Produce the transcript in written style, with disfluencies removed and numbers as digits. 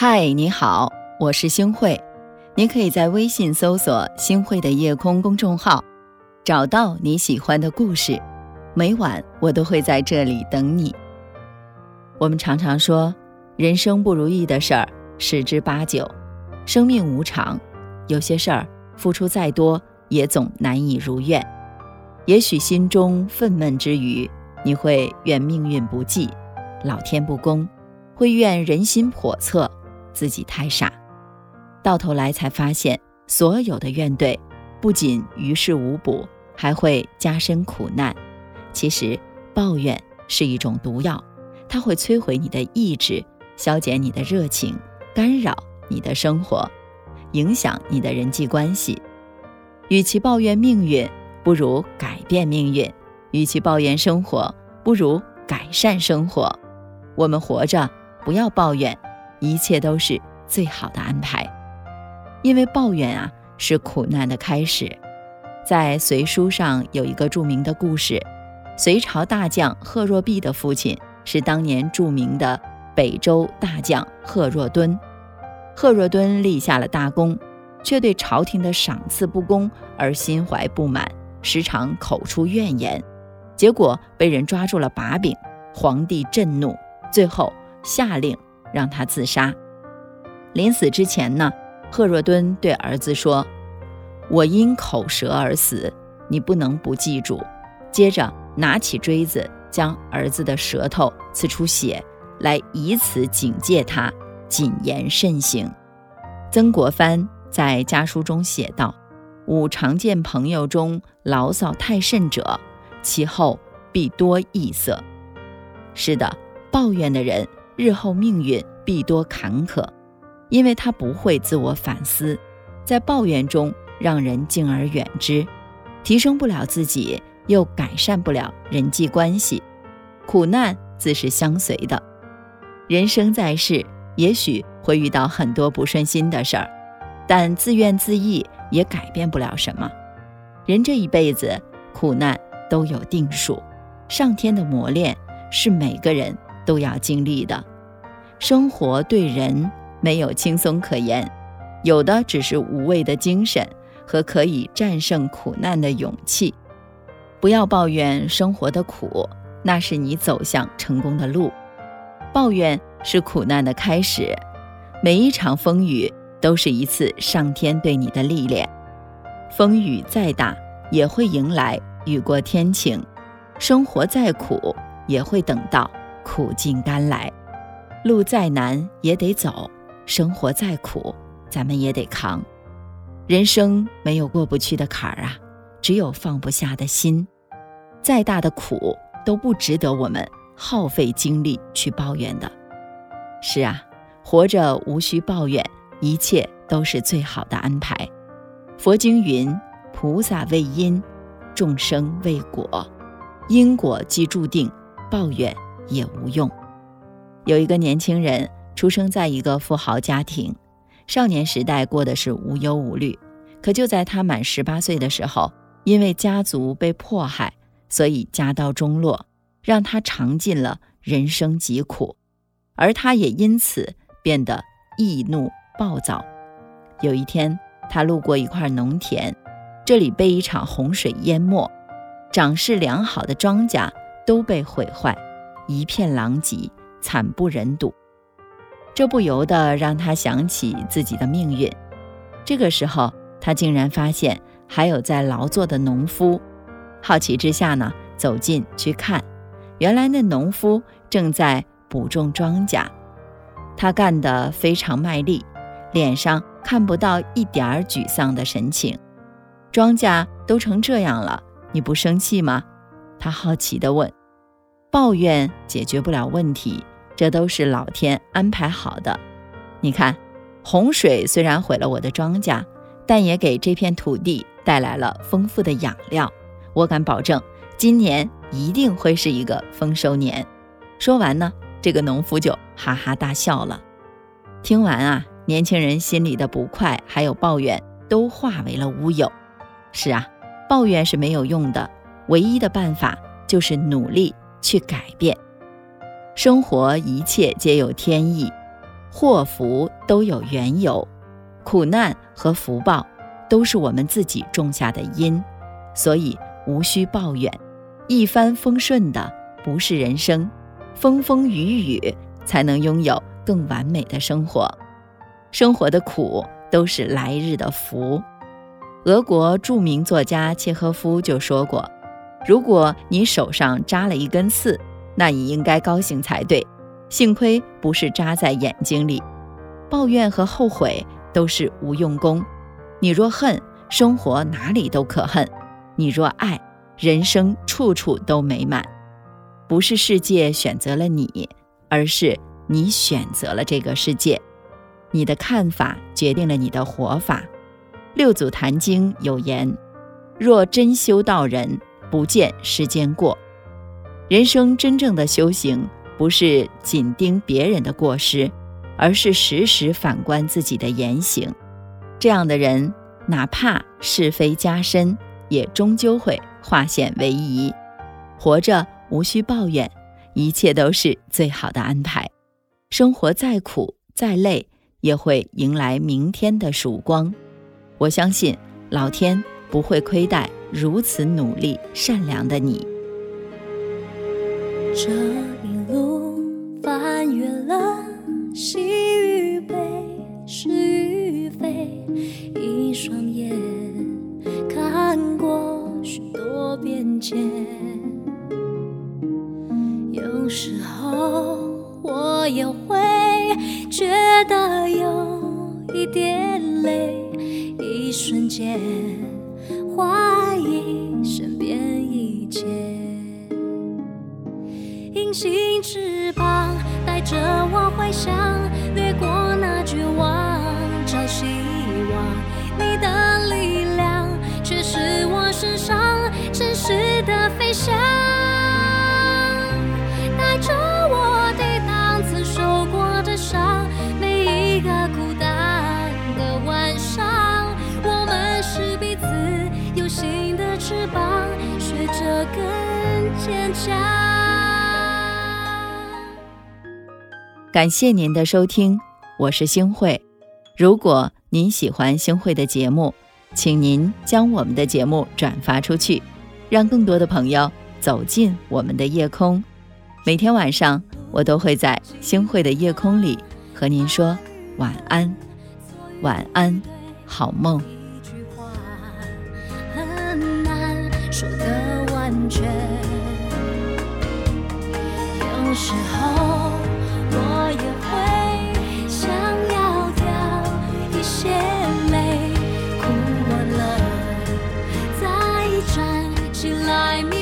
嗨，你好，我是星慧。你可以在微信搜索星慧的夜空公众号，找到你喜欢的故事。每晚我都会在这里等你。我们常常说，人生不如意的事儿十之八九，生命无常，有些事儿付出再多也总难以如愿。也许心中愤懑之余，你会怨命运不济，老天不公，会怨人心叵测，自己太傻。到头来才发现，所有的怨怼不仅于事无补，还会加深苦难。其实抱怨是一种毒药，它会摧毁你的意志，消减你的热情，干扰你的生活，影响你的人际关系。与其抱怨命运，不如改变命运；与其抱怨生活，不如改善生活。我们活着，不要抱怨，一切都是最好的安排。因为抱怨是苦难的开始。在《隋书》上有一个著名的故事，隋朝大将贺若弼的父亲是当年著名的北周大将贺若敦。贺若敦立下了大功，却对朝廷的赏赐不公而心怀不满，时常口出怨言，结果被人抓住了把柄，皇帝震怒，最后下令让他自杀。临死之前呢，贺若敦对儿子说，我因口舌而死，你不能不记住。接着拿起锥子将儿子的舌头刺出血，来以此警戒他谨言慎行。曾国藩在家书中写道，吾常见朋友中牢骚太甚者，其后必多异色。是的，抱怨的人日后命运必多坎坷，因为他不会自我反思，在抱怨中让人敬而远之，提升不了自己，又改善不了人际关系，苦难自是相随的。人生在世，也许会遇到很多不顺心的事儿，但自怨自艾也改变不了什么。人这一辈子，苦难都有定数，上天的磨练是每个人都要经历的。生活对人没有轻松可言，有的只是无畏的精神和可以战胜苦难的勇气。不要抱怨生活的苦，那是你走向成功的路。抱怨是苦难的开始，每一场风雨都是一次上天对你的历练。风雨再大，也会迎来雨过天晴；生活再苦，也会等到苦尽甘来。路再难也得走，生活再苦，咱们也得扛。人生没有过不去的坎儿只有放不下的心。再大的苦都不值得我们耗费精力去抱怨的。是活着无需抱怨，一切都是最好的安排。佛经云，菩萨为因，众生为果，因果既注定，抱怨也无用。有一个年轻人出生在一个富豪家庭，少年时代过的是无忧无虑，可就在他满18岁的时候，因为家族被迫害，所以家道中落，让他尝尽了人生疾苦，而他也因此变得易怒暴躁。有一天，他路过一块农田，这里被一场洪水淹没，长势良好的庄稼都被毁坏，一片狼藉，惨不忍睹。这不由得让他想起自己的命运。这个时候，他竟然发现还有在劳作的农夫。好奇之下呢，走近去看，原来那农夫正在补种庄稼。他干得非常卖力，脸上看不到一点沮丧的神情。庄稼都成这样了，你不生气吗？他好奇地问。抱怨解决不了问题，这都是老天安排好的。你看，洪水虽然毁了我的庄稼，但也给这片土地带来了丰富的养料。我敢保证，今年一定会是一个丰收年。说完呢，这个农夫就哈哈大笑了。听完年轻人心里的不快还有抱怨都化为了乌有。是抱怨是没有用的，唯一的办法就是努力去改变。生活一切皆有天意， 祸福都有缘由，苦难和福报都是我们自己种下的因，所以无需抱怨。一帆风顺的不是人生，风风雨雨才能拥有更完美的生活。生活的苦都是来日的福。俄国著名作家契诃夫就说过，如果你手上扎了一根刺，那你应该高兴才对，幸亏不是扎在眼睛里。抱怨和后悔都是无用功，你若恨，生活哪里都可恨；你若爱，人生处处都美满。不是世界选择了你，而是你选择了这个世界。你的看法决定了你的活法。六祖坛经有言，若真修道人，不见时间过。人生真正的修行，不是紧盯别人的过失，而是时时反观自己的言行。这样的人，哪怕是非加深，也终究会化险为夷。活着无需抱怨，一切都是最好的安排。生活再苦再累，也会迎来明天的曙光。我相信老天不会亏待如此努力善良的你。 这一路翻越了喜与悲，是与非，一双眼看过许多变迁。有时候我也会觉得有一点累，一瞬间怀疑身边一切。隐形翅膀带着我回响，掠过那绝望，找希望。你的力量却是我身上真实的飞翔，带着我抵挡曾受过的伤。每一个孤单的晚上，我们是彼此有形的翅膀，学着更坚强。 感谢您的收听，我是星慧。如果您喜欢星慧的节目，请您将我们的节目转发出去，让更多的朋友走进我们的夜空。每天晚上，我都会在星慧的夜空里和您说晚安，晚安，好梦。 很难说得完全，有时候我也会想要掉一些泪，哭完了再站起来。